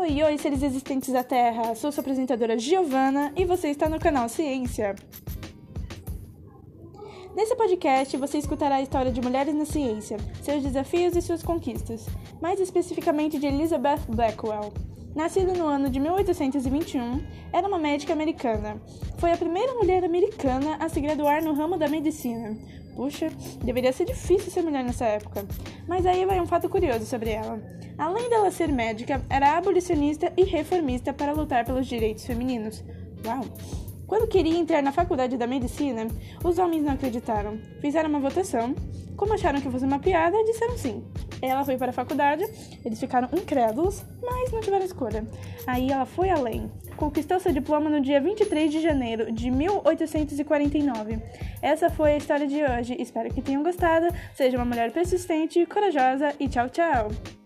Oi, seres existentes da Terra! Sou sua apresentadora Giovana e você está no canal Ciência. Nesse podcast, você escutará a história de mulheres na ciência, seus desafios e suas conquistas, mais especificamente de Elizabeth Blackwell. Nascida no ano de 1821, era uma médica americana. Foi a primeira mulher americana a se graduar no ramo da medicina. Puxa, deveria ser difícil ser mulher nessa época. Mas aí vai um fato curioso sobre ela. Além dela ser médica, era abolicionista e reformista para lutar pelos direitos femininos. Uau! Quando queria entrar na faculdade da medicina, os homens não acreditaram. Fizeram uma votação. Como acharam que fosse uma piada, disseram sim. Ela foi para a faculdade, eles ficaram incrédulos, mas não tiveram escolha. Aí ela foi além. Conquistou seu diploma no dia 23 de janeiro de 1849. Essa foi a história de hoje. Espero que tenham gostado. Seja uma mulher persistente, corajosa e tchau, tchau!